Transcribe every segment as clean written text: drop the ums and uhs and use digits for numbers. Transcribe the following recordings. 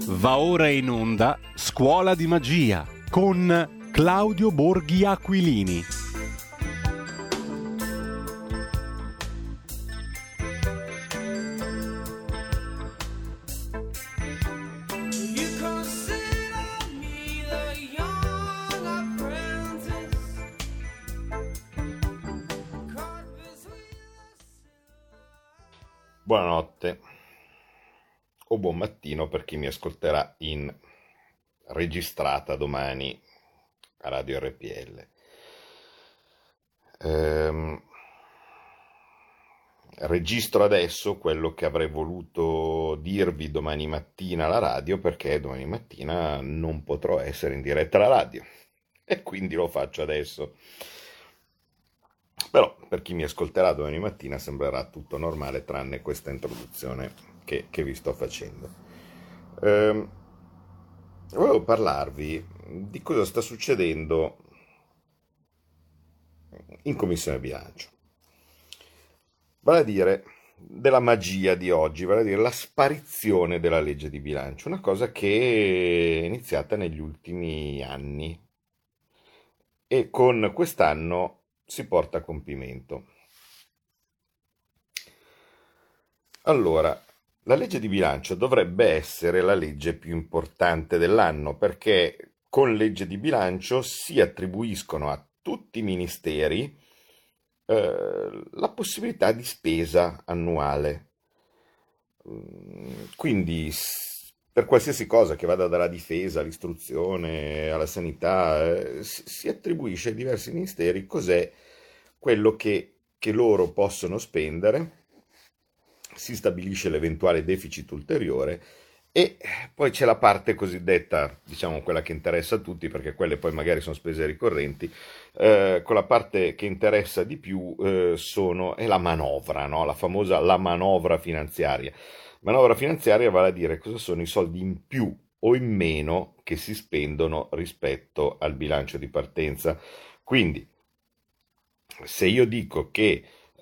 Va ora in onda Scuola di Magia con Claudio Borghi Aquilini. Buonanotte o buon mattino per chi mi ascolterà in registrata domani a Radio RPL. Registro adesso quello che avrei voluto dirvi domani mattina alla radio, perché domani mattina non potrò essere in diretta alla radio e quindi lo faccio adesso. Però per chi mi ascolterà domani mattina sembrerà tutto normale tranne questa introduzione che vi sto facendo. Volevo parlarvi di cosa sta succedendo in Commissione Bilancio, vale a dire della magia di oggi, vale a dire la sparizione della legge di bilancio, una cosa che è iniziata negli ultimi anni e con quest'anno si porta a compimento. Allora, la legge di bilancio dovrebbe essere la legge più importante dell'anno, perché con legge di bilancio si attribuiscono a tutti i ministeri la possibilità di spesa annuale. Quindi per qualsiasi cosa che vada dalla difesa all'istruzione, alla sanità, si attribuisce ai diversi ministeri cos'è quello che loro possono spendere, si stabilisce l'eventuale deficit ulteriore e poi c'è la parte cosiddetta, diciamo quella che interessa a tutti, perché quelle poi magari sono spese ricorrenti, con la parte che interessa di più è la manovra, no? La manovra finanziaria. Manovra finanziaria vale a dire cosa sono i soldi in più o in meno che si spendono rispetto al bilancio di partenza. Quindi, se io dico che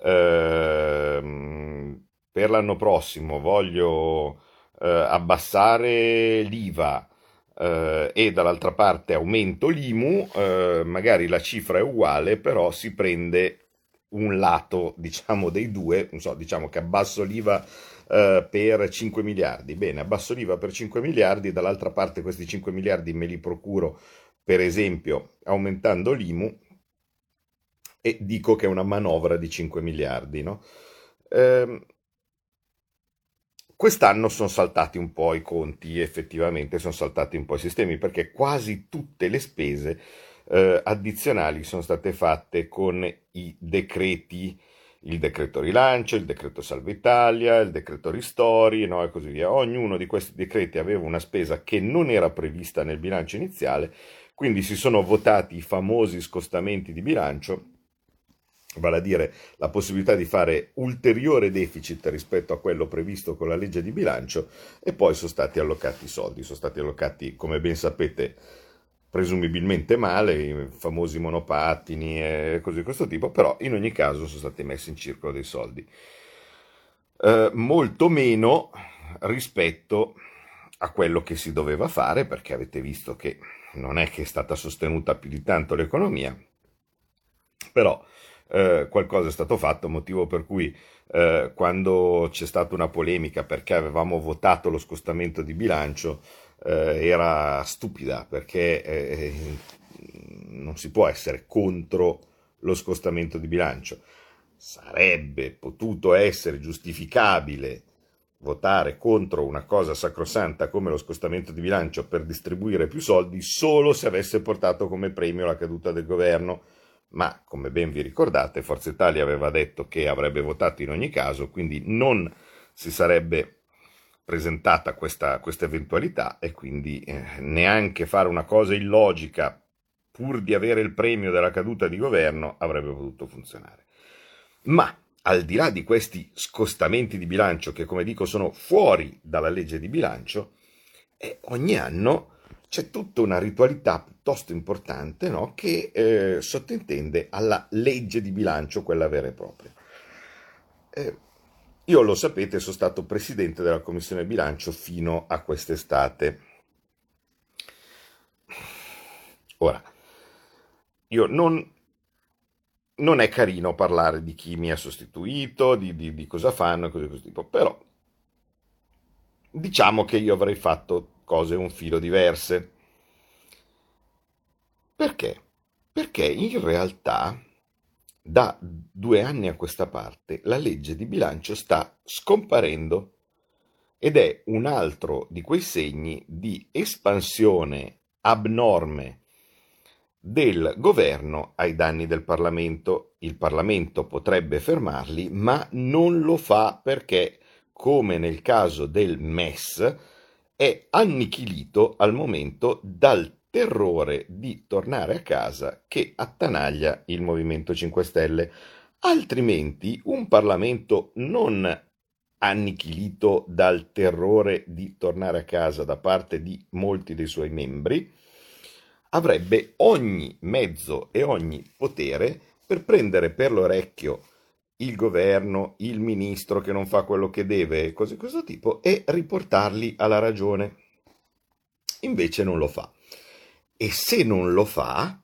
per l'anno prossimo voglio abbassare l'IVA e dall'altra parte aumento l'IMU, magari la cifra è uguale, però si prende un lato, diciamo, dei due, non so, diciamo che abbasso l'IVA per 5 miliardi, bene, abbasso l'IVA per 5 miliardi, dall'altra parte questi 5 miliardi me li procuro, per esempio, aumentando l'IMU, e dico che è una manovra di 5 miliardi, no? Quest'anno sono saltati un po' i conti, effettivamente sono saltati un po' i sistemi, perché quasi tutte le spese addizionali sono state fatte con i decreti, il decreto rilancio, il decreto salva Italia, il decreto ristori, no, e così via. Ognuno di questi decreti aveva una spesa che non era prevista nel bilancio iniziale, quindi si sono votati i famosi scostamenti di bilancio, vale a dire la possibilità di fare ulteriore deficit rispetto a quello previsto con la legge di bilancio, e poi sono stati allocati i soldi, sono stati allocati, come ben sapete, presumibilmente male, i famosi monopattini e cose di questo tipo, però in ogni caso sono stati messi in circolo dei soldi. Molto meno rispetto a quello che si doveva fare, perché avete visto che non è che è stata sostenuta più di tanto l'economia, però qualcosa è stato fatto, motivo per cui quando c'è stata una polemica perché avevamo votato lo scostamento di bilancio era stupida, perché non si può essere contro lo scostamento di bilancio. Sarebbe potuto essere giustificabile votare contro una cosa sacrosanta come lo scostamento di bilancio per distribuire più soldi solo se avesse portato come premio la caduta del governo. Ma, come ben vi ricordate, Forza Italia aveva detto che avrebbe votato in ogni caso, quindi non si sarebbe presentata questa eventualità, e quindi neanche fare una cosa illogica pur di avere il premio della caduta di governo avrebbe potuto funzionare. Ma, al di là di questi scostamenti di bilancio, che come dico sono fuori dalla legge di bilancio, ogni anno c'è tutta una ritualità piuttosto importante, no? Che sottintende alla legge di bilancio, quella vera e propria. Io, lo sapete, sono stato presidente della Commissione Bilancio fino a quest'estate. Ora, io non è carino parlare di chi mi ha sostituito, di cosa fanno e cose di questo tipo, però diciamo che io avrei fatto cose un filo diverse. Perché? Perché in realtà da 2 anni a questa parte la legge di bilancio sta scomparendo ed è un altro di quei segni di espansione abnorme del governo ai danni del Parlamento. Il Parlamento potrebbe fermarli, ma non lo fa perché, come nel caso del MES, è annichilito al momento dal terrore di tornare a casa che attanaglia il Movimento 5 Stelle. Altrimenti un Parlamento non annichilito dal terrore di tornare a casa da parte di molti dei suoi membri avrebbe ogni mezzo e ogni potere per prendere per l'orecchio il governo, il ministro che non fa quello che deve, cose di questo tipo, e riportarli alla ragione. Invece non lo fa. E se non lo fa,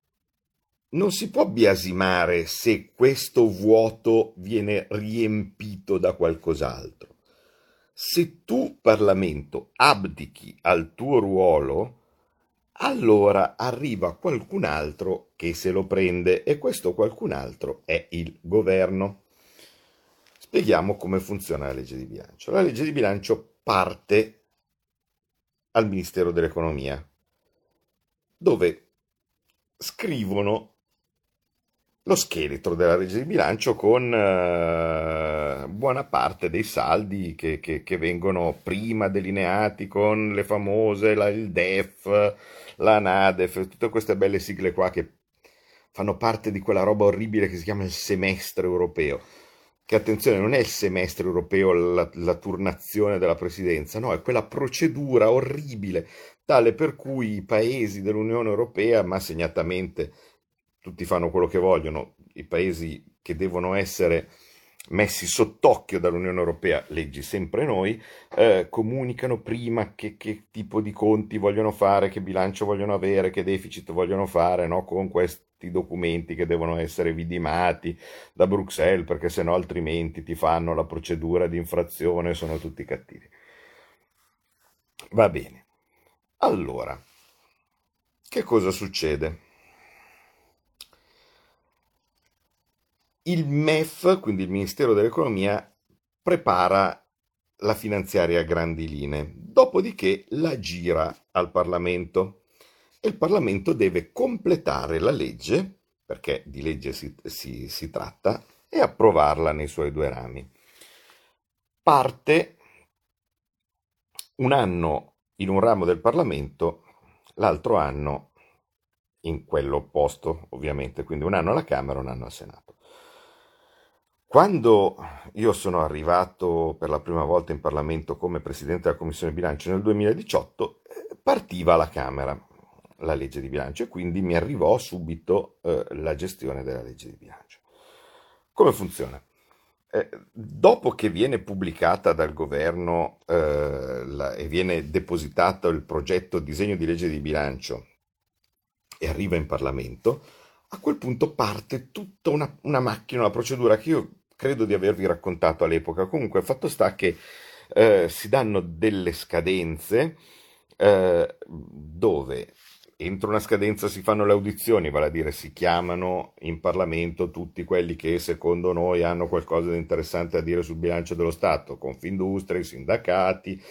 non si può biasimare se questo vuoto viene riempito da qualcos'altro. Se tu, Parlamento, abdichi al tuo ruolo, allora arriva qualcun altro che se lo prende e questo qualcun altro è il governo. Spieghiamo come funziona la legge di bilancio. La legge di bilancio parte al Ministero dell'Economia, dove scrivono lo scheletro della legge di bilancio con buona parte dei saldi che vengono prima delineati con le famose, il DEF, la NADEF, tutte queste belle sigle qua che fanno parte di quella roba orribile che si chiama il semestre europeo. Che, attenzione, non è il semestre europeo la turnazione della presidenza, no, è quella procedura orribile, tale per cui i paesi dell'Unione Europea, ma segnatamente tutti fanno quello che vogliono, i paesi che devono essere messi sott'occhio dall'Unione Europea, leggi sempre noi, comunicano prima che tipo di conti vogliono fare, che bilancio vogliono avere, che deficit vogliono fare, no? Con questi documenti che devono essere vidimati da Bruxelles, perché sennò altrimenti ti fanno la procedura di infrazione, sono tutti cattivi. Va bene. Allora, che cosa succede? Il MEF, quindi il Ministero dell'Economia, prepara la finanziaria a grandi linee, dopodiché la gira al Parlamento e il Parlamento deve completare la legge, perché di legge si tratta, e approvarla nei suoi 2 rami. Parte un anno in un ramo del Parlamento, l'altro anno in quello opposto, ovviamente, quindi un anno alla Camera, un anno al Senato. Quando io sono arrivato per la prima volta in Parlamento come Presidente della Commissione Bilancio nel 2018, partiva alla Camera la legge di bilancio e quindi mi arrivò subito la gestione della legge di bilancio. Come funziona? Dopo che viene pubblicata dal governo e viene depositato il progetto disegno di legge di bilancio e arriva in Parlamento, a quel punto parte tutta una macchina, una procedura che io credo di avervi raccontato all'epoca. Comunque, fatto sta che si danno delle scadenze dove entro una scadenza si fanno le audizioni, vale a dire si chiamano in Parlamento tutti quelli che secondo noi hanno qualcosa di interessante da dire sul bilancio dello Stato, Confindustria, i sindacati,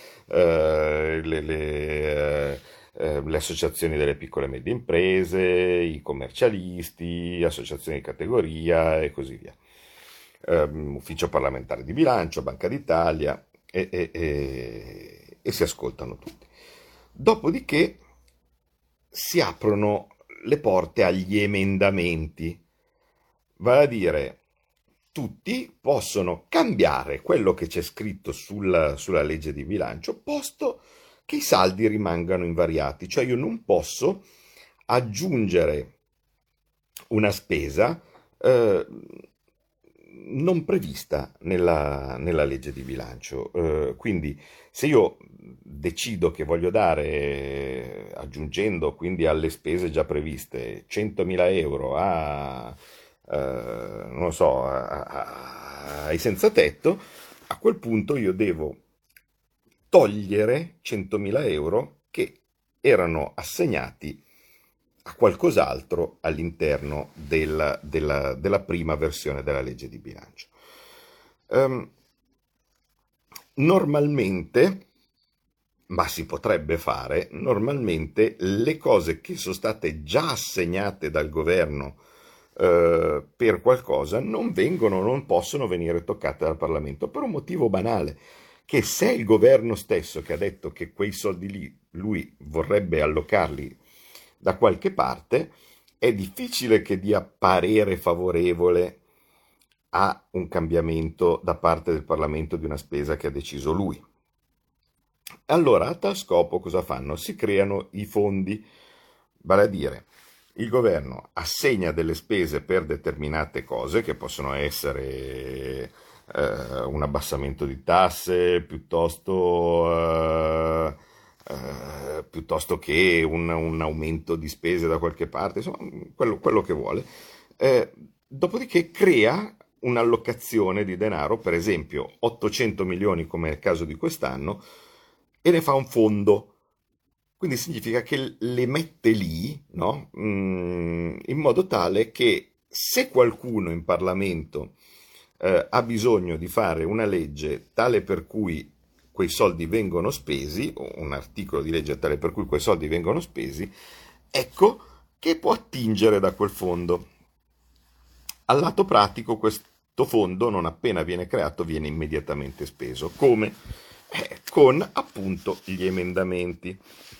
le associazioni delle piccole e medie imprese, i commercialisti, associazioni di categoria e così via. Ufficio parlamentare di bilancio, Banca d'Italia e si ascoltano tutti. Dopodiché si aprono le porte agli emendamenti, vale a dire tutti possono cambiare quello che c'è scritto sulla legge di bilancio, posto che i saldi rimangano invariati, cioè io non posso aggiungere una spesa non prevista nella legge di bilancio. Quindi se io decido che voglio dare, aggiungendo quindi alle spese già previste, 100.000 euro non lo so, ai senza tetto, a quel punto io devo togliere 100.000 euro che erano assegnati a qualcos'altro all'interno della prima versione della legge di bilancio. Normalmente, ma si potrebbe fare, normalmente le cose che sono state già assegnate dal governo per qualcosa non possono venire toccate dal Parlamento per un motivo banale, che se è il governo stesso che ha detto che quei soldi lì lui vorrebbe allocarli da qualche parte, è difficile che dia parere favorevole a un cambiamento da parte del Parlamento di una spesa che ha deciso lui. Allora, a tal scopo cosa fanno? Si creano i fondi, vale a dire, il governo assegna delle spese per determinate cose, che possono essere un abbassamento di tasse, piuttosto che un aumento di spese da qualche parte, insomma, quello che vuole. Dopodiché crea un'allocazione di denaro, per esempio 800 milioni come è il caso di quest'anno, e ne fa un fondo. Quindi significa che le mette lì, no? In modo tale che se qualcuno in Parlamento ha bisogno di fare una legge tale per cui quei soldi vengono spesi, o un articolo di legge tale per cui quei soldi vengono spesi, ecco che può attingere da quel fondo. Al lato pratico questo fondo, non appena viene creato, viene immediatamente speso. Come? Con appunto gli emendamenti.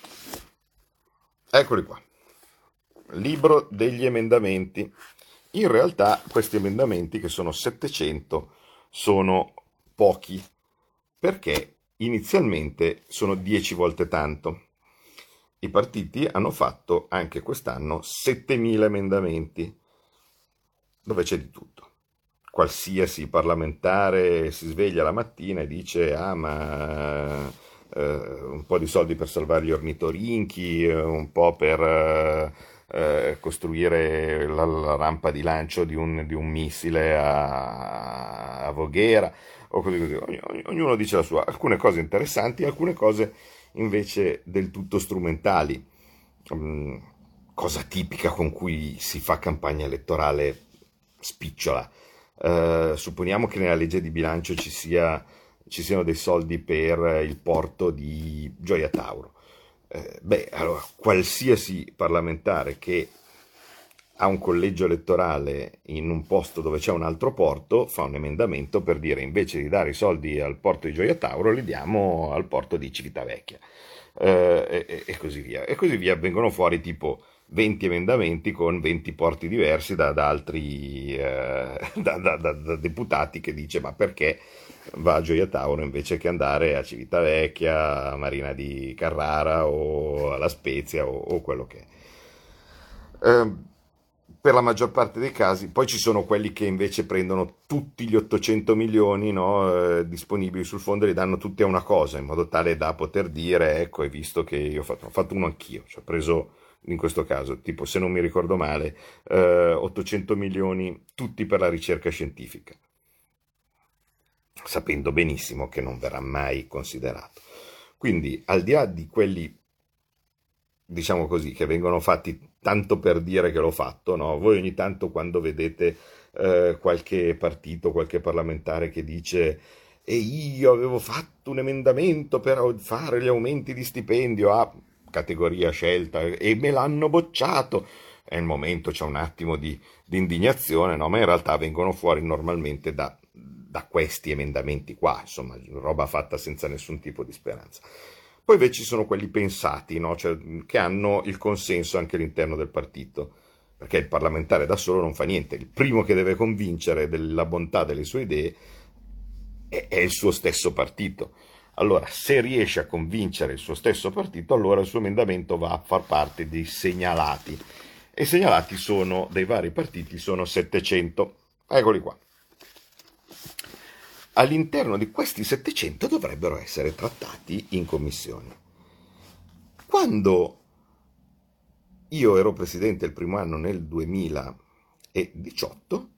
Eccoli qua. Libro degli emendamenti. In realtà questi emendamenti, che sono 700, sono pochi, perché inizialmente sono 10 volte tanto. I partiti hanno fatto anche quest'anno 7.000 emendamenti, dove c'è di tutto. Qualsiasi parlamentare si sveglia la mattina e dice ma un po' di soldi per salvare gli ornitorinchi, un po' per costruire la rampa di lancio di un missile a Voghera, o così. Ognuno dice la sua. Alcune cose interessanti, alcune cose invece del tutto strumentali. Cosa tipica con cui si fa campagna elettorale spicciola. Supponiamo che nella legge di bilancio ci siano dei soldi per il porto di Gioia Tauro. Allora, qualsiasi parlamentare che ha un collegio elettorale in un posto dove c'è un altro porto fa un emendamento per dire, invece di dare i soldi al porto di Gioia Tauro, li diamo al porto di Civitavecchia, e così via. E così via, vengono fuori tipo 20 emendamenti con 20 porti diversi da altri da deputati che dice ma perché va a Gioia Tauro invece che andare a Civitavecchia, a Marina di Carrara o alla Spezia o quello che è. Per la maggior parte dei casi, poi ci sono quelli che invece prendono tutti gli 800 milioni, no, disponibili sul fondo e li danno tutti a una cosa, in modo tale da poter dire, ecco, hai visto che io ho fatto uno anch'io, cioè ho preso in questo caso, tipo se non mi ricordo male, 800 milioni tutti per la ricerca scientifica, sapendo benissimo che non verrà mai considerato. Quindi, al di là di quelli, diciamo così, che vengono fatti tanto per dire che l'ho fatto, no? Voi ogni tanto quando vedete qualche partito, qualche parlamentare che dice e io avevo fatto un emendamento per fare gli aumenti di stipendio a categoria scelta e me l'hanno bocciato, e nel momento c'è un attimo di indignazione, no? Ma in realtà vengono fuori normalmente da questi emendamenti qua, insomma, roba fatta senza nessun tipo di speranza. Poi invece ci sono quelli pensati, no? Cioè, che hanno il consenso anche all'interno del partito, perché il parlamentare da solo non fa niente. Il primo che deve convincere della bontà delle sue idee è il suo stesso partito. Allora, se riesce a convincere il suo stesso partito, allora il suo emendamento va a far parte dei segnalati. E i segnalati sono, dei vari partiti, sono 700. Eccoli qua. all'interno di questi 700 dovrebbero essere trattati in commissione. Quando io ero presidente il primo anno nel 2018,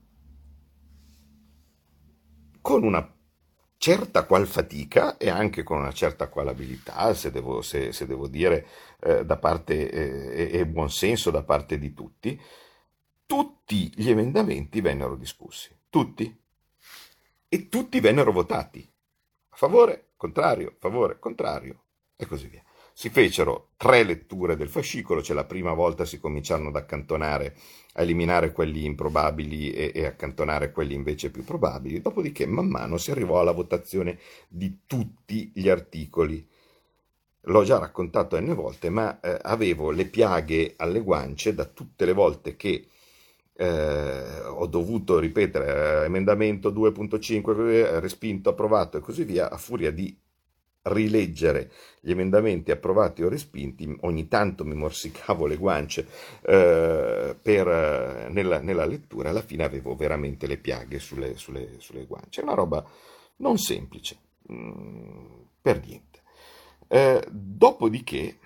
con una certa qual fatica e anche con una certa qual abilità, se devo dire, da parte e buon senso da parte di tutti gli emendamenti vennero discussi, tutti, e tutti vennero votati, a favore, contrario, e così via. Si fecero 3 letture del fascicolo, cioè la prima volta si cominciarono ad accantonare, a eliminare quelli improbabili e accantonare quelli invece più probabili, dopodiché man mano si arrivò alla votazione di tutti gli articoli. L'ho già raccontato n volte, ma avevo le piaghe alle guance da tutte le volte che ho dovuto ripetere emendamento 2.5, respinto, approvato e così via, a furia di rileggere gli emendamenti approvati o respinti. Ogni tanto mi morsicavo le guance nella lettura, alla fine avevo veramente le piaghe sulle guance. È una roba non semplice, per niente. Dopodiché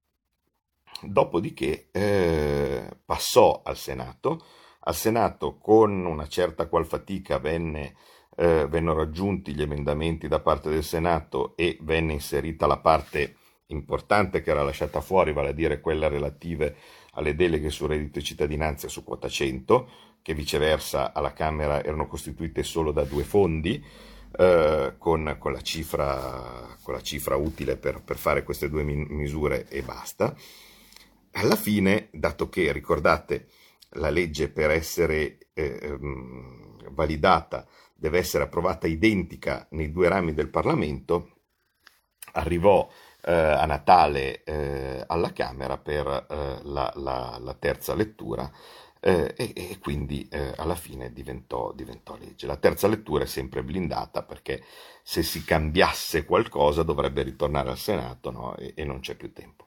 passò al Senato. Al Senato, con una certa qual fatica, vennero aggiunti gli emendamenti da parte del Senato e venne inserita la parte importante che era lasciata fuori, vale a dire quella relative alle deleghe su reddito e cittadinanza e su quota 100, che viceversa alla Camera erano costituite solo da 2 fondi, con la cifra utile per fare queste 2 misure e basta. Alla fine, dato che, ricordate, la legge per essere validata deve essere approvata identica nei 2 rami del Parlamento, arrivò a Natale alla Camera per la terza lettura e quindi alla fine diventò legge. La terza lettura è sempre blindata perché se si cambiasse qualcosa dovrebbe ritornare al Senato, no? E non c'è più tempo.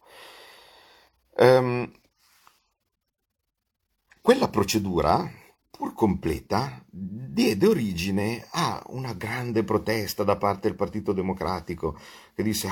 Quella procedura, pur completa, diede origine a una grande protesta da parte del Partito Democratico che disse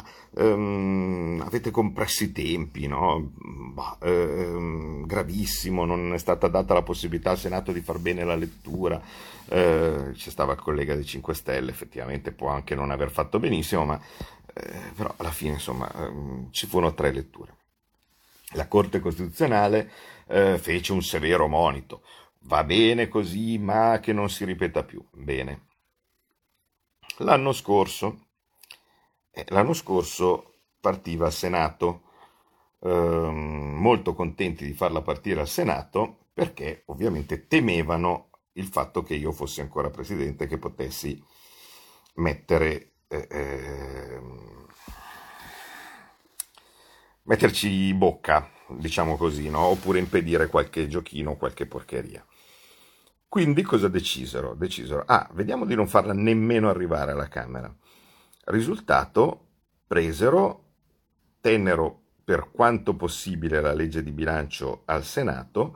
avete compresso i tempi, no? Gravissimo, non è stata data la possibilità al Senato di far bene la lettura. C'è stava il collega dei 5 Stelle, effettivamente può anche non aver fatto benissimo, ma però alla fine insomma ci furono 3 letture. La Corte Costituzionale fece un severo monito. Va bene così, ma che non si ripeta più. Bene. L'anno scorso partiva al Senato, molto contenti di farla partire al Senato, perché ovviamente temevano il fatto che io fossi ancora presidente, che potessi metterci bocca, diciamo così, no? Oppure impedire qualche giochino, qualche porcheria. Quindi cosa decisero? Vediamo di non farla nemmeno arrivare alla Camera. Risultato, tennero per quanto possibile la legge di bilancio al Senato,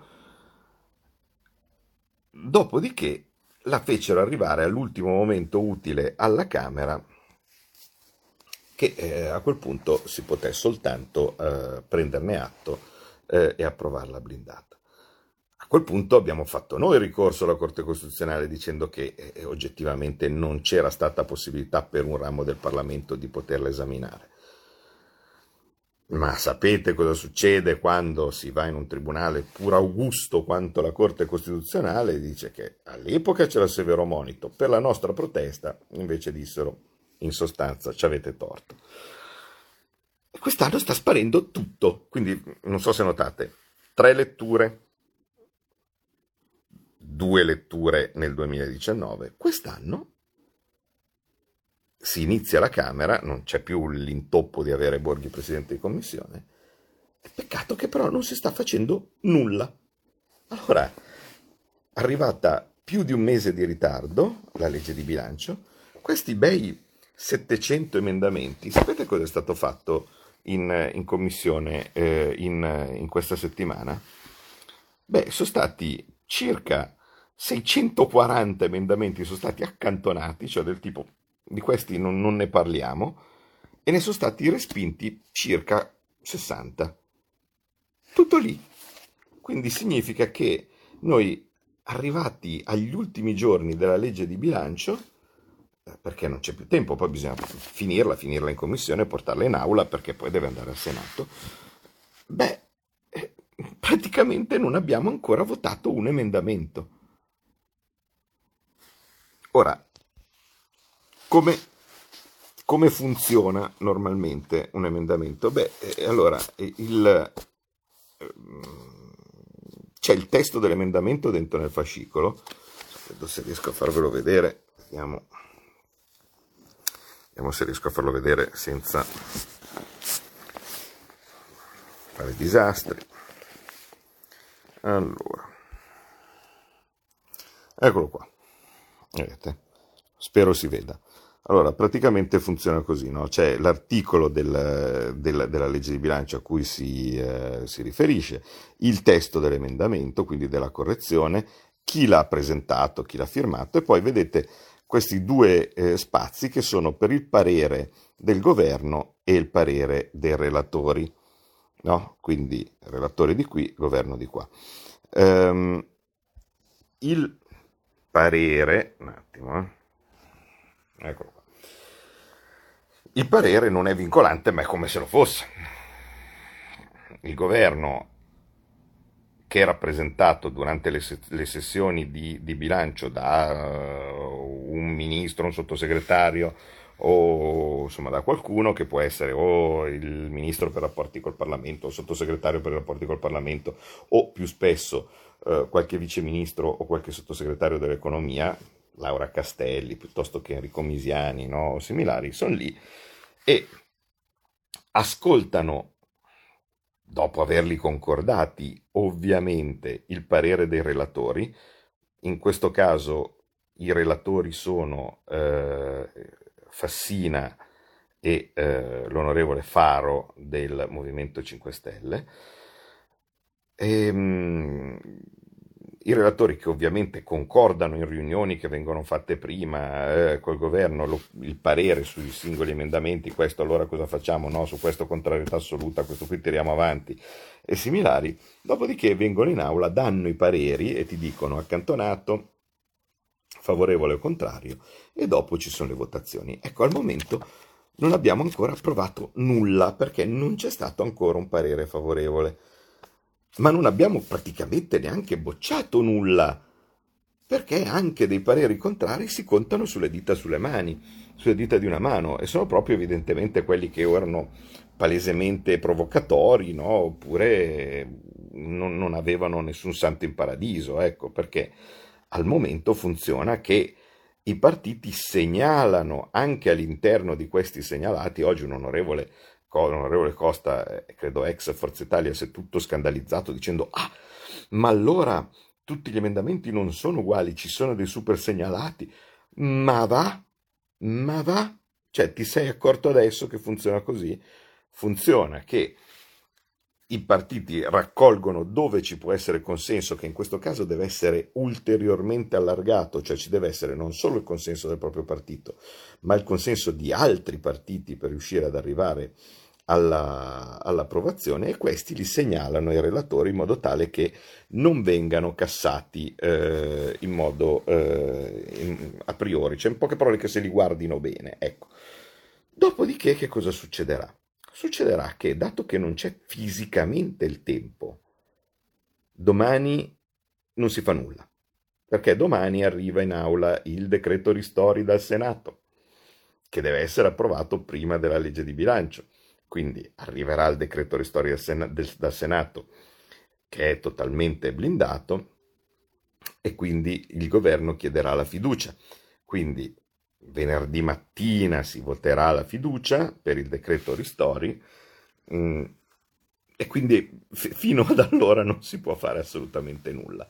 dopodiché la fecero arrivare all'ultimo momento utile alla Camera, che a quel punto si poté soltanto prenderne atto e approvarla blindata. A quel punto abbiamo fatto noi ricorso alla Corte Costituzionale dicendo che oggettivamente non c'era stata possibilità per un ramo del Parlamento di poterla esaminare. Ma sapete cosa succede quando si va in un tribunale pur augusto quanto la Corte Costituzionale? Dice che all'epoca c'era severo monito, per la nostra protesta invece dissero in sostanza ci avete torto. E quest'anno sta sparendo tutto, quindi non so se notate, 3 letture, 2 letture nel 2019, quest'anno si inizia la Camera, non c'è più l'intoppo di avere Borghi presidente di commissione, è peccato che però non si sta facendo nulla. Allora, arrivata più di un mese di ritardo, la legge di bilancio, questi bei 700 emendamenti, sapete cosa è stato fatto in commissione in questa settimana? Sono stati circa 640 emendamenti sono stati accantonati, cioè del tipo di questi non ne parliamo, e ne sono stati respinti circa 60. Tutto lì. Quindi significa che noi, arrivati agli ultimi giorni della legge di bilancio, perché non c'è più tempo, poi bisogna finirla in commissione e portarla in aula perché poi deve andare al Senato, beh, praticamente non abbiamo ancora votato un emendamento. Ora, come, come funziona normalmente un emendamento? Beh, allora, c'è il testo dell'emendamento dentro nel fascicolo. Vedo se riesco a farvelo vedere. Vediamo se riesco a farlo vedere senza fare disastri. Allora, eccolo qua. Vedete? Spero si veda. Allora, praticamente funziona così, no? C'è l'articolo della legge di bilancio a cui si riferisce, il testo dell'emendamento, quindi della correzione, chi l'ha presentato, chi l'ha firmato, e poi vedete questi due spazi che sono per il parere del governo e il parere dei relatori, no? Quindi relatori di qui, governo di qua. Il parere, un attimo, eccolo qua. Il parere non è vincolante, ma è come se lo fosse. Il governo, che è rappresentato durante le sessioni di bilancio da un ministro, un sottosegretario o insomma da qualcuno che può essere o il ministro per i rapporti col Parlamento o il sottosegretario per i rapporti col Parlamento o più spesso qualche viceministro o qualche sottosegretario dell'economia, Laura Castelli piuttosto che Enrico Misiani, no? O similari, sono lì e ascoltano, dopo averli concordati, ovviamente il parere dei relatori. In questo caso i relatori sono Fassina e l'onorevole Faro del Movimento 5 Stelle. I relatori, che ovviamente concordano in riunioni che vengono fatte prima col governo il parere sui singoli emendamenti, questo allora cosa facciamo, no, su questo contrarietà assoluta, questo qui tiriamo avanti e similari, dopodiché vengono in aula, danno i pareri e ti dicono accantonato, favorevole o contrario, e dopo ci sono le votazioni. Ecco, al momento non abbiamo ancora approvato nulla perché non c'è stato ancora un parere favorevole. Ma non abbiamo praticamente neanche bocciato nulla, perché anche dei pareri contrari si contano sulle dita di una mano, e sono proprio evidentemente quelli che erano palesemente provocatori, no? Oppure non avevano nessun santo in paradiso, ecco, perché al momento funziona che i partiti segnalano anche all'interno di questi segnalati. Oggi l'onorevole Costa, credo ex Forza Italia, si è tutto scandalizzato dicendo ma allora tutti gli emendamenti non sono uguali, ci sono dei super segnalati. Ma va? Cioè, ti sei accorto adesso che funziona così? Funziona che i partiti raccolgono dove ci può essere consenso, che in questo caso deve essere ulteriormente allargato, cioè ci deve essere non solo il consenso del proprio partito, ma il consenso di altri partiti per riuscire ad arrivare all'approvazione, e questi li segnalano ai relatori in modo tale che non vengano cassati in modo a priori, cioè in poche parole che se li guardino bene, ecco. Dopodiché che cosa succederà? Succederà che, dato che non c'è fisicamente il tempo, domani non si fa nulla, perché domani arriva in aula il decreto ristori dal Senato, che deve essere approvato prima della legge di bilancio. Quindi arriverà il decreto ristori dal Senato, che è totalmente blindato, e quindi il governo chiederà la fiducia. Quindi venerdì mattina si voterà la fiducia per il decreto ristori, e quindi fino ad allora non si può fare assolutamente nulla.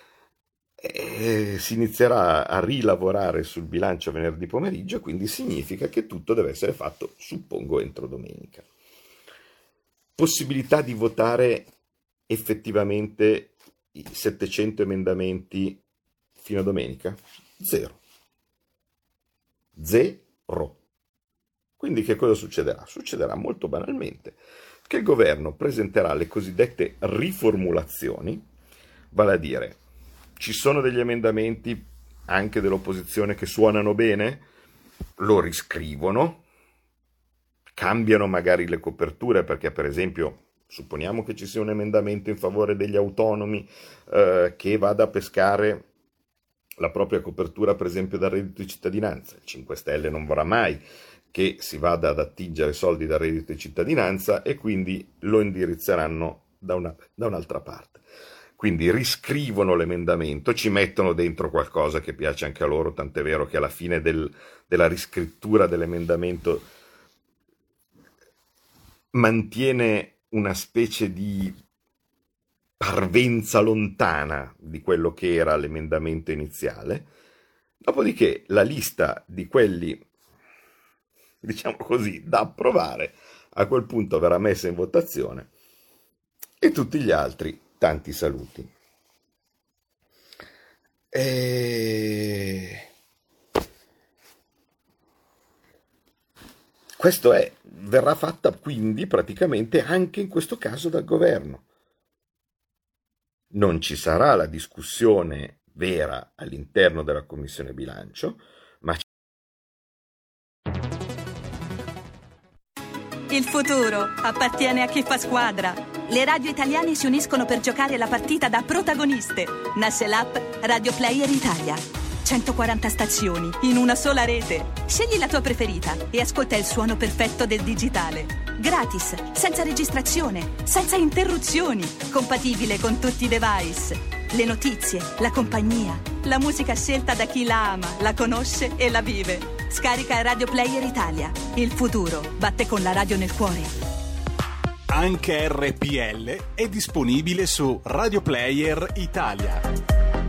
E si inizierà a rilavorare sul bilancio venerdì pomeriggio, quindi significa che tutto deve essere fatto, suppongo, entro domenica. Possibilità di votare effettivamente i 700 emendamenti fino a domenica? Zero. Zero. Quindi che cosa succederà? Succederà molto banalmente che il governo presenterà le cosiddette riformulazioni, vale a dire, ci sono degli emendamenti anche dell'opposizione che suonano bene, lo riscrivono, cambiano magari le coperture, perché per esempio supponiamo che ci sia un emendamento in favore degli autonomi che vada a pescare la propria copertura per esempio dal reddito di cittadinanza. Il 5 Stelle non vorrà mai che si vada ad attingere soldi dal reddito di cittadinanza e quindi lo indirizzeranno da un'altra parte. Quindi riscrivono l'emendamento, ci mettono dentro qualcosa che piace anche a loro, tant'è vero che alla fine della riscrittura dell'emendamento mantiene una specie di parvenza lontana di quello che era l'emendamento iniziale. Dopodiché la lista di quelli, diciamo così, da approvare, a quel punto verrà messa in votazione e tutti gli altri, tanti saluti. Questo verrà fatta quindi praticamente anche in questo caso dal governo. Non ci sarà la discussione vera all'interno della Commissione Bilancio, ma il futuro appartiene a chi fa squadra. Le radio italiane si uniscono per giocare la partita da protagoniste. Nasce l'app Radio Player Italia. 140 stazioni in una sola rete. Scegli la tua preferita e ascolta il suono perfetto del digitale. Gratis, senza registrazione, senza interruzioni, compatibile con tutti i device. Le notizie, la compagnia, la musica scelta da chi la ama, la conosce e la vive. Scarica Radio Player Italia. Il futuro batte con la radio nel cuore. Anche RPL è disponibile su Radio Player Italia.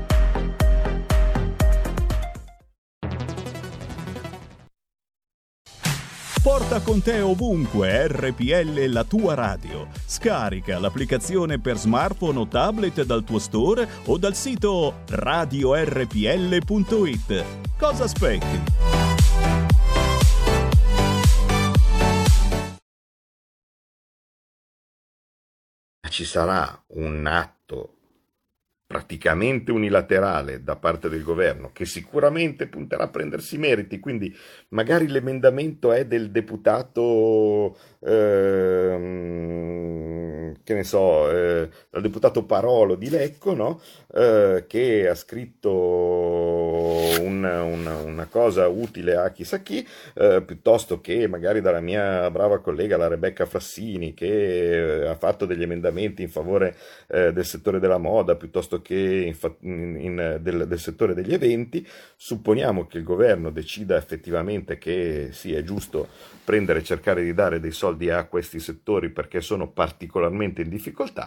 Porta con te ovunque RPL, la tua radio. Scarica l'applicazione per smartphone o tablet dal tuo store o dal sito radiorpl.it. Cosa aspetti? Ci sarà un atto praticamente unilaterale da parte del governo che sicuramente punterà a prendersi i meriti, quindi magari l'emendamento è del deputato che ne so, dal deputato Parolo di Lecco, no? Che ha scritto una cosa utile a chissà chi, piuttosto che magari dalla mia brava collega la Rebecca Fassini, che ha fatto degli emendamenti in favore del settore della moda, piuttosto che del settore degli eventi. Supponiamo che il governo decida effettivamente che sì, è giusto prendere e cercare di dare dei soldi a questi settori perché sono particolarmente in difficoltà,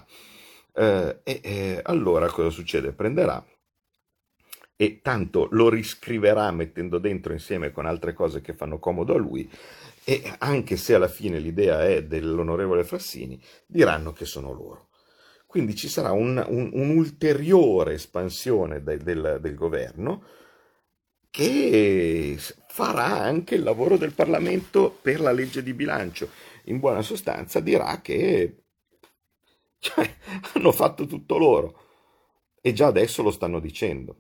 allora cosa succede? Prenderà e tanto lo riscriverà mettendo dentro insieme con altre cose che fanno comodo a lui, e anche se alla fine l'idea è dell'onorevole Fassini, diranno che sono loro. Quindi ci sarà un'ulteriore espansione del governo che farà anche il lavoro del Parlamento per la legge di bilancio. In buona sostanza dirà che hanno fatto tutto loro e già adesso lo stanno dicendo.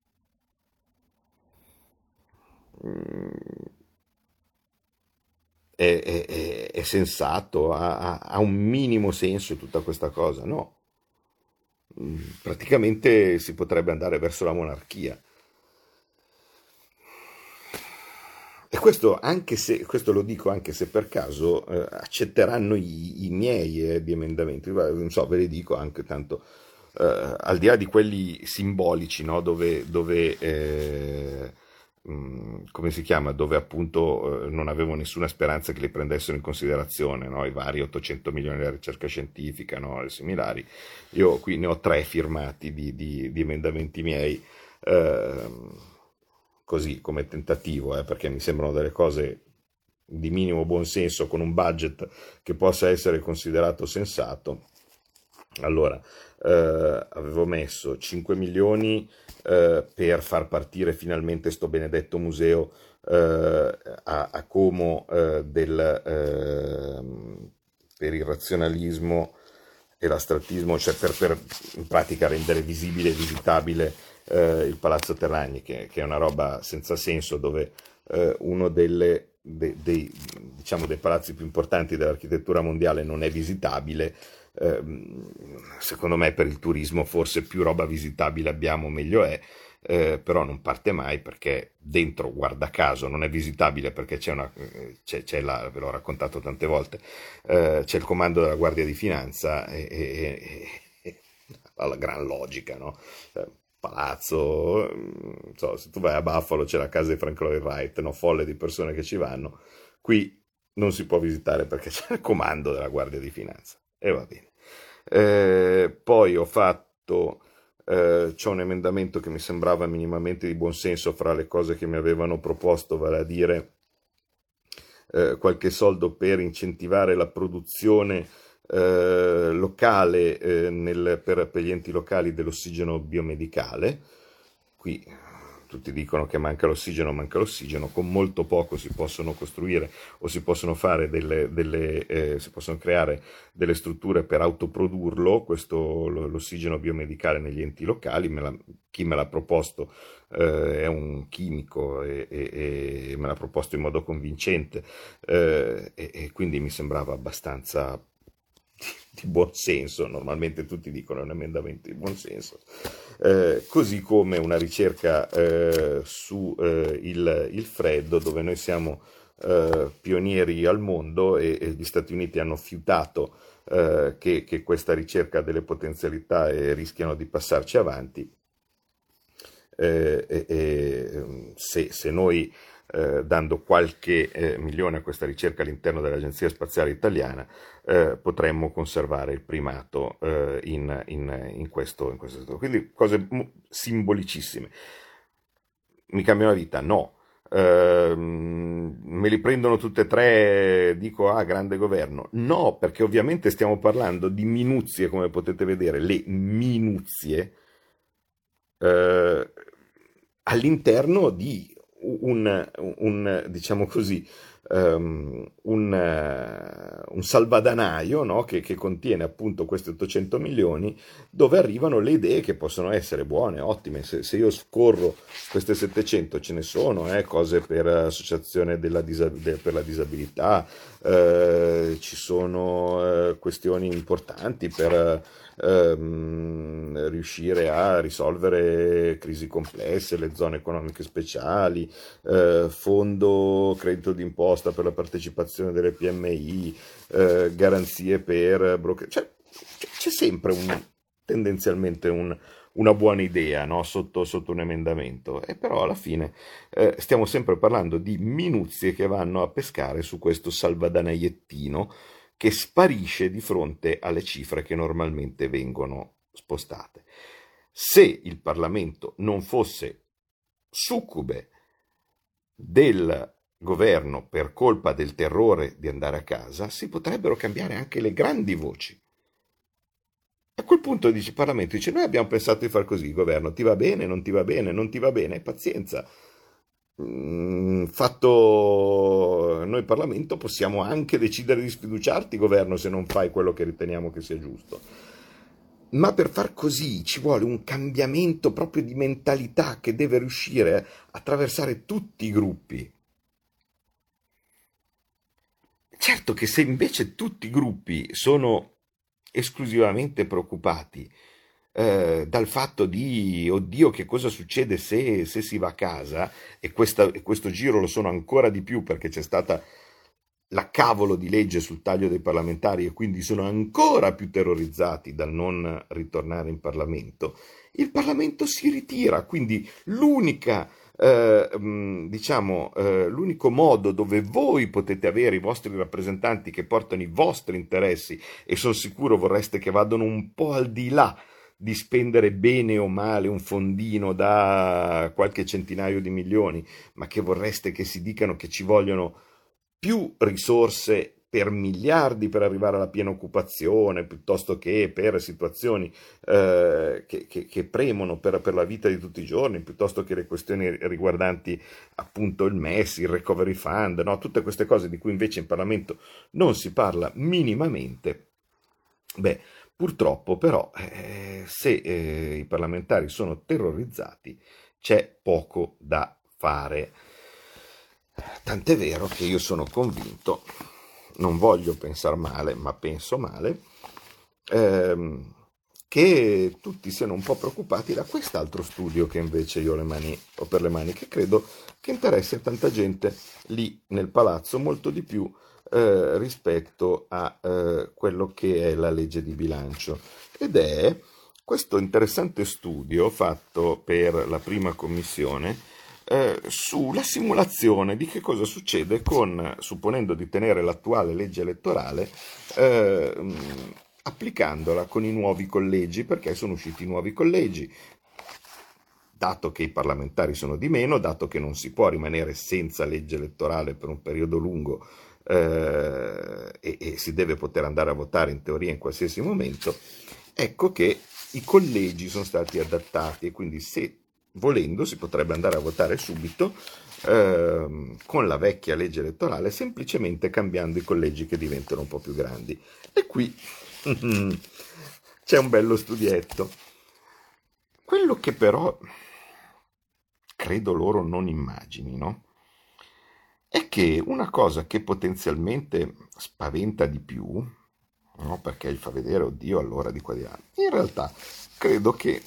È sensato? Ha un minimo senso tutta questa cosa? No. Praticamente si potrebbe andare verso la monarchia. E questo, anche se, questo lo dico anche se per caso accetteranno i miei di emendamenti, non so, ve li dico anche tanto, al di là di quelli simbolici, no? dove come si chiama, dove appunto non avevo nessuna speranza che li prendessero in considerazione, no? I vari 800 milioni della ricerca scientifica, no? E similari. Io qui ne ho 3 firmati di emendamenti miei, così come tentativo, perché mi sembrano delle cose di minimo buonsenso con un budget che possa essere considerato sensato. Allora, avevo messo 5 milioni per far partire finalmente sto benedetto museo a Como per il razionalismo e l'astrattismo, cioè per in pratica rendere visibile e visitabile il Palazzo Terragni, che è una roba senza senso, dove uno diciamo, dei palazzi più importanti dell'architettura mondiale non è visitabile. Secondo me per il turismo forse più roba visitabile abbiamo meglio è, però non parte mai perché dentro, guarda caso, non è visitabile perché c'è ve l'ho raccontato tante volte, c'è il comando della Guardia di Finanza e la gran logica, no? Palazzo, non so, se tu vai a Buffalo c'è la casa di Frank Lloyd Wright, no? Folle di persone che ci vanno, qui non si può visitare perché c'è il comando della Guardia di Finanza. E va bene. Poi ho fatto, c'ho un emendamento che mi sembrava minimamente di buonsenso fra le cose che mi avevano proposto, vale a dire qualche soldo per incentivare la produzione locale per gli enti locali dell'ossigeno biomedicale. Qui tutti dicono che manca l'ossigeno, con molto poco si possono costruire o si possono fare si possono creare delle strutture per autoprodurlo, l'ossigeno biomedicale negli enti locali. Chi me l'ha proposto è un chimico e me l'ha proposto in modo convincente, e quindi mi sembrava abbastanza di buon senso. Normalmente tutti dicono è un emendamento di buon senso, così come una ricerca su il freddo, dove noi siamo pionieri al mondo e gli Stati Uniti hanno fiutato che questa ricerca ha delle potenzialità e rischiano di passarci avanti. Se noi dando qualche milione a questa ricerca all'interno dell'Agenzia Spaziale Italiana, potremmo conservare il primato in questo. Quindi cose simbolicissime. Mi cambia la vita? No. Me li prendono tutte e tre, dico grande governo? No, perché ovviamente stiamo parlando di minuzie, come potete vedere, le minuzie all'interno di diciamo così, un salvadanaio, no? che contiene appunto questi 800 milioni, dove arrivano le idee che possono essere buone, ottime. Se io scorro queste 700, ce ne sono, cose per associazione per la disabilità, ci sono questioni importanti per riuscire a risolvere crisi complesse, le zone economiche speciali, fondo credito d'imposta per la partecipazione delle PMI, garanzie per broker. Cioè, c'è sempre tendenzialmente una buona idea, no? sotto un emendamento, e però alla fine stiamo sempre parlando di minuzie che vanno a pescare su questo salvadanaiettino che sparisce di fronte alle cifre che normalmente vengono spostate. Se il Parlamento non fosse succube del governo per colpa del terrore di andare a casa, si potrebbero cambiare anche le grandi voci. A quel punto il Parlamento dice: noi abbiamo pensato di far così, il governo, ti va bene, non ti va bene, non ti va bene, pazienza. Fatto noi Parlamento possiamo anche decidere di sfiduciarti, governo, se non fai quello che riteniamo che sia giusto. Ma per far così ci vuole un cambiamento proprio di mentalità che deve riuscire a attraversare tutti i gruppi. Certo che se invece tutti i gruppi sono esclusivamente preoccupati dal fatto di oddio che cosa succede se si va a casa, e questo giro lo sono ancora di più perché c'è stata la cavolo di legge sul taglio dei parlamentari e quindi sono ancora più terrorizzati dal non ritornare in Parlamento, il Parlamento si ritira. Quindi l'unico modo dove voi potete avere i vostri rappresentanti che portano i vostri interessi, e sono sicuro vorreste che vadano un po' al di là di spendere bene o male un fondino da qualche centinaio di milioni, ma che vorreste che si dicano che ci vogliono più risorse per miliardi per arrivare alla piena occupazione, piuttosto che per situazioni che premono per la vita di tutti i giorni, piuttosto che le questioni riguardanti appunto il MES, il Recovery Fund, no? Tutte queste cose di cui invece in Parlamento non si parla minimamente. Beh, purtroppo però se i parlamentari sono terrorizzati c'è poco da fare. Tant'è vero che io sono convinto, non voglio pensare male, ma penso male, che tutti siano un po' preoccupati da quest'altro studio che invece io ho per le mani, che credo che interessi a tanta gente lì nel palazzo molto di più rispetto a quello che è la legge di bilancio. Ed è questo interessante studio fatto per la prima commissione sulla simulazione di che cosa succede supponendo di tenere l'attuale legge elettorale, applicandola con i nuovi collegi, perché sono usciti i nuovi collegi, dato che i parlamentari sono di meno, dato che non si può rimanere senza legge elettorale per un periodo lungo e si deve poter andare a votare in teoria in qualsiasi momento, ecco che i collegi sono stati adattati e quindi se volendo si potrebbe andare a votare subito con la vecchia legge elettorale, semplicemente cambiando i collegi che diventano un po' più grandi. E qui c'è un bello studietto. Quello che però credo loro non immaginino è che una cosa che potenzialmente spaventa di più, no? Perché gli fa vedere, oddio, allora di qua di là, in realtà credo che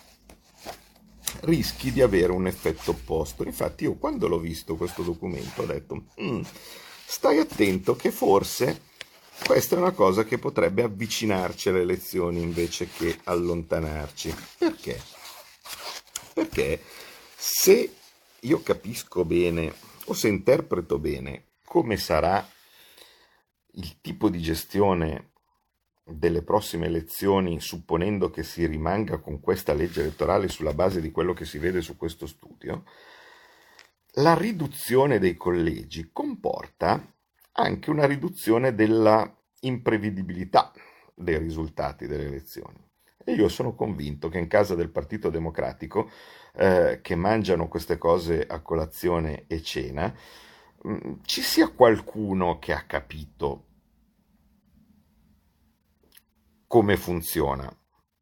rischi di avere un effetto opposto. Infatti io quando l'ho visto questo documento ho detto stai attento che forse questa è una cosa che potrebbe avvicinarci alle elezioni invece che allontanarci. Perché? Perché se io capisco bene o se interpreto bene come sarà il tipo di gestione delle prossime elezioni, supponendo che si rimanga con questa legge elettorale sulla base di quello che si vede su questo studio, la riduzione dei collegi comporta anche una riduzione della imprevedibilità dei risultati delle elezioni. E io sono convinto che in casa del Partito Democratico, che mangiano queste cose a colazione e cena, ci sia qualcuno che ha capito come funziona.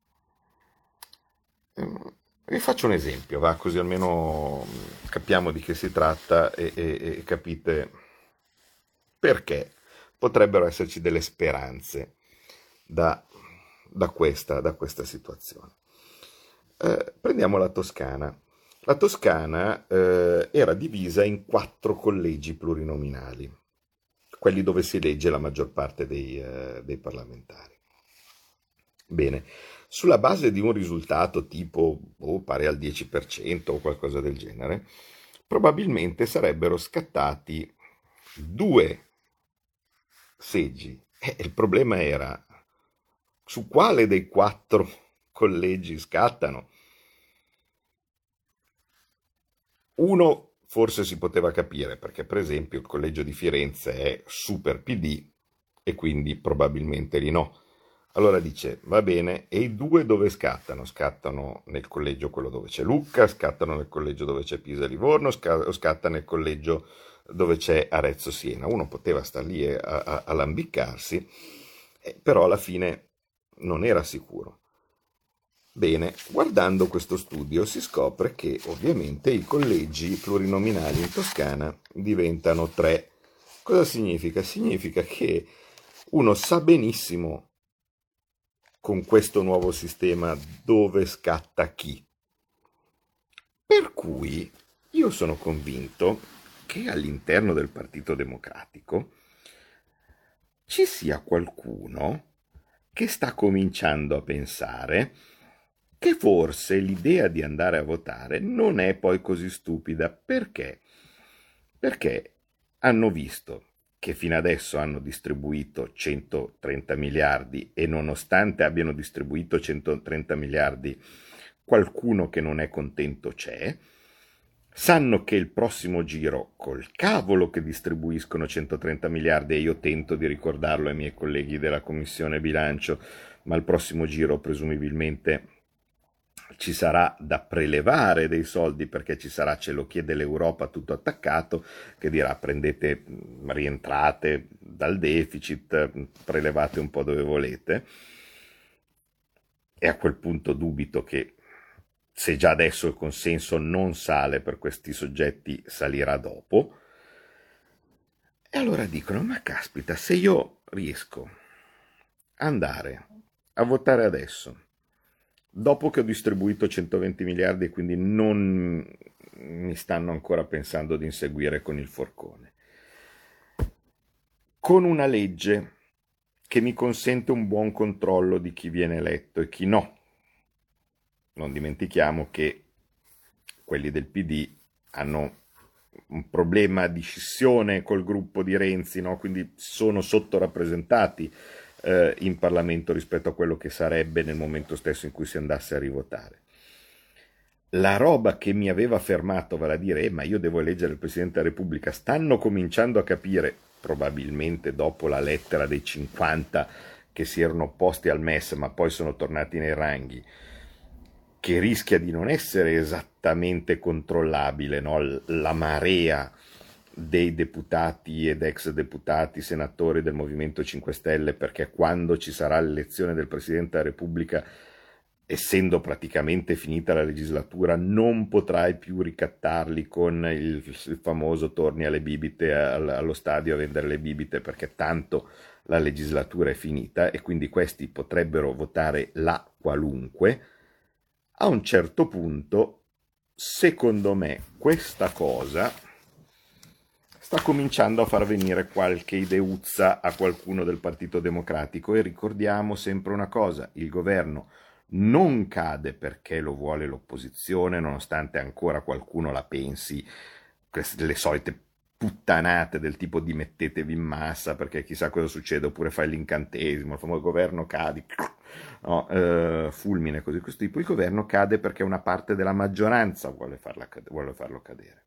Vi faccio un esempio, va, così almeno capiamo di che si tratta e capite perché potrebbero esserci delle speranze da questa situazione. Prendiamo la Toscana. La Toscana era divisa in 4 collegi plurinominali, quelli dove si elegge la maggior parte dei parlamentari. Bene, sulla base di un risultato tipo pari al 10% o qualcosa del genere, probabilmente sarebbero scattati 2 seggi. Il problema era su quale dei 4 collegi scattano. Uno forse si poteva capire, perché per esempio il collegio di Firenze è super PD e quindi probabilmente lì no. Allora dice, va bene, e i 2 dove scattano? Scattano nel collegio quello dove c'è Lucca, scattano nel collegio dove c'è Pisa e Livorno, o scatta nel collegio dove c'è Arezzo Siena. Uno poteva star lì a lambiccarsi, però alla fine non era sicuro. Bene, guardando questo studio si scopre che ovviamente i collegi plurinominali in Toscana diventano 3. Cosa significa? Significa che uno sa benissimo con questo nuovo sistema dove scatta chi. Per cui io sono convinto che all'interno del Partito Democratico ci sia qualcuno che sta cominciando a pensare che forse l'idea di andare a votare non è poi così stupida. Perché? Perché hanno visto che fino adesso hanno distribuito 130 miliardi e nonostante abbiano distribuito 130 miliardi qualcuno che non è contento c'è, sanno che il prossimo giro, col cavolo che distribuiscono 130 miliardi, e io tento di ricordarlo ai miei colleghi della Commissione Bilancio, ma il prossimo giro presumibilmente ci sarà da prelevare dei soldi, perché ci sarà, ce lo chiede l'Europa tutto attaccato, che dirà prendete, rientrate dal deficit, prelevate un po' dove volete, e a quel punto dubito che, se già adesso il consenso non sale per questi soggetti, salirà dopo. E allora dicono, ma caspita, se io riesco a andare a votare adesso, dopo che ho distribuito 120 miliardi e quindi non mi stanno ancora pensando di inseguire con il forcone, con una legge che mi consente un buon controllo di chi viene eletto e chi no. Non dimentichiamo che quelli del PD hanno un problema di scissione col gruppo di Renzi, no? Quindi sono sottorappresentati in Parlamento rispetto a quello che sarebbe nel momento stesso in cui si andasse a rivotare. La roba che mi aveva fermato, vale a dire, ma io devo eleggere il Presidente della Repubblica, stanno cominciando a capire, probabilmente dopo la lettera dei 50 che si erano opposti al MES ma poi sono tornati nei ranghi, che rischia di non essere esattamente controllabile, no? La marea dei deputati ed ex deputati, senatori del Movimento 5 Stelle, perché quando ci sarà l'elezione del Presidente della Repubblica, essendo praticamente finita la legislatura, non potrai più ricattarli con il famoso torni alle bibite, allo stadio a vendere le bibite, perché tanto la legislatura è finita, e quindi questi potrebbero votare la qualunque. A un certo punto, secondo me, questa cosa sta cominciando a far venire qualche ideuzza a qualcuno del Partito Democratico, e ricordiamo sempre una cosa, il governo non cade perché lo vuole l'opposizione, nonostante ancora qualcuno la pensi, le solite puttanate del tipo dimettetevi in massa perché chissà cosa succede, oppure fai l'incantesimo, il famoso governo cade, no, fulmine, così questo tipo. Il governo cade perché una parte della maggioranza vuole farlo cadere.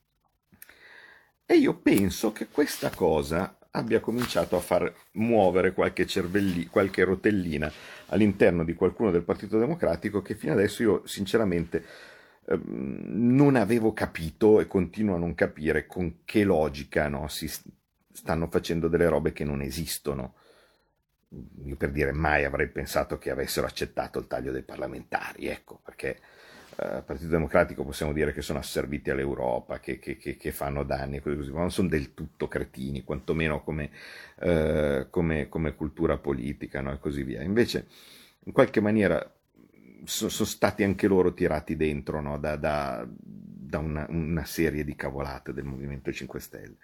E io penso che questa cosa abbia cominciato a far muovere qualche rotellina all'interno di qualcuno del Partito Democratico, che fino adesso io sinceramente non avevo capito e continuo a non capire con che logica, no, si stanno facendo delle robe che non esistono. Io, per dire, mai avrei pensato che avessero accettato il taglio dei parlamentari, ecco, perché il Partito Democratico possiamo dire che sono asserviti all'Europa, che fanno danni, così, ma non sono del tutto cretini, quantomeno come cultura politica, no? E così via. Invece, in qualche maniera, sono stati anche loro tirati dentro, no? da una serie di cavolate del Movimento 5 Stelle.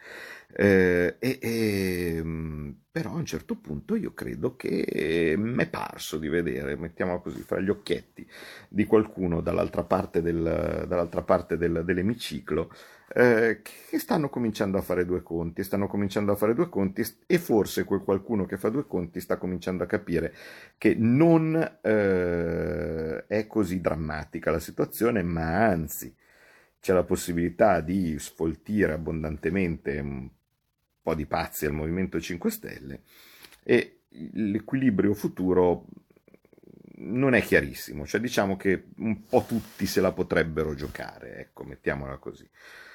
Però a un certo punto io credo che mi è parso di vedere, mettiamola così, fra gli occhietti di qualcuno dall'altra parte dell'emiciclo, che stanno cominciando a fare due conti, e forse quel qualcuno che fa due conti sta cominciando a capire che non è così drammatica la situazione, ma anzi c'è la possibilità di sfoltire abbondantemente un po' di pazzi al Movimento 5 Stelle, e l'equilibrio futuro non è chiarissimo, cioè diciamo che un po' tutti se la potrebbero giocare, ecco, mettiamola così.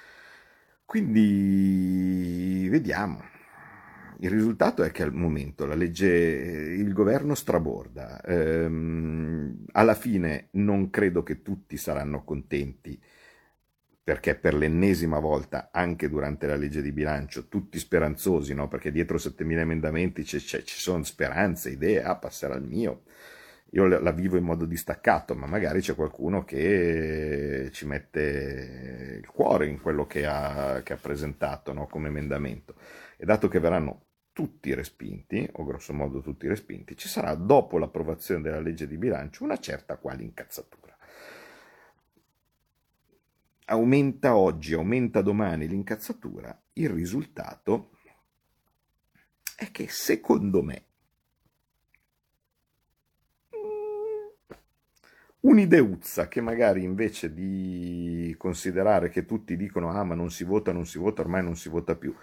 Quindi vediamo. Il risultato è che al momento il governo straborda. Alla fine non credo che tutti saranno contenti, perché per l'ennesima volta, anche durante la legge di bilancio, tutti speranzosi, no? Perché dietro 7.000 emendamenti ci sono speranze, idee, passerà il mio. Io la vivo in modo distaccato, ma magari c'è qualcuno che ci mette il cuore in quello che ha presentato, no? Come emendamento. E dato che verranno tutti respinti, o grosso modo tutti respinti, ci sarà, dopo l'approvazione della legge di bilancio, una certa quale incazzatura. Aumenta oggi, aumenta domani l'incazzatura. Il risultato è che, secondo me, un'ideuzza che magari invece di considerare che tutti dicono ma non si vota, ormai non si vota più.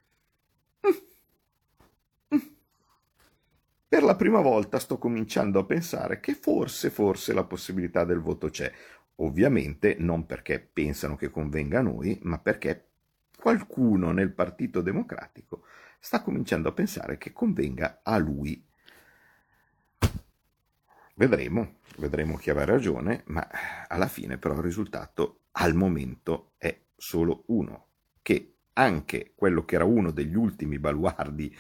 Per la prima volta sto cominciando a pensare che forse la possibilità del voto c'è. Ovviamente non perché pensano che convenga a noi, ma perché qualcuno nel Partito Democratico sta cominciando a pensare che convenga a lui. Vedremo chi avrà ragione, ma alla fine però il risultato al momento è solo uno, che anche quello che era uno degli ultimi baluardi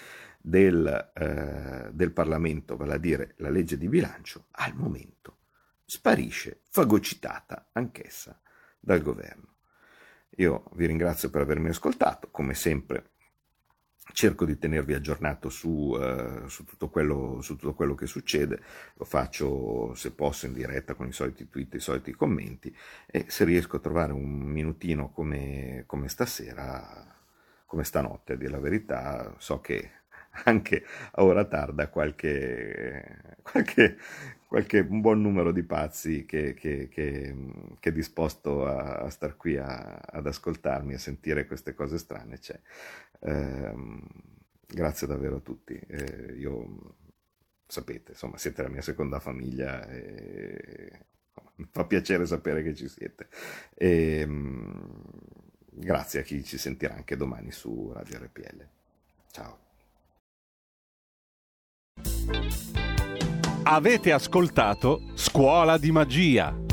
del Parlamento, vale a dire la legge di bilancio, al momento sparisce, fagocitata anch'essa dal governo. Io vi ringrazio per avermi ascoltato, come sempre cerco di tenervi aggiornato su tutto quello che succede, lo faccio se posso in diretta con i soliti tweet, i soliti commenti, e se riesco a trovare un minutino come stasera, come stanotte a dire la verità, so che anche a ora tarda qualche un buon numero di pazzi che è disposto a star qui ad ascoltarmi, a sentire queste cose strane c'è. Grazie davvero a tutti. Io, sapete, insomma, siete la mia seconda famiglia e mi fa piacere sapere che ci siete. Grazie a chi ci sentirà anche domani su Radio RPL. Ciao. Avete ascoltato Scuola di Magia.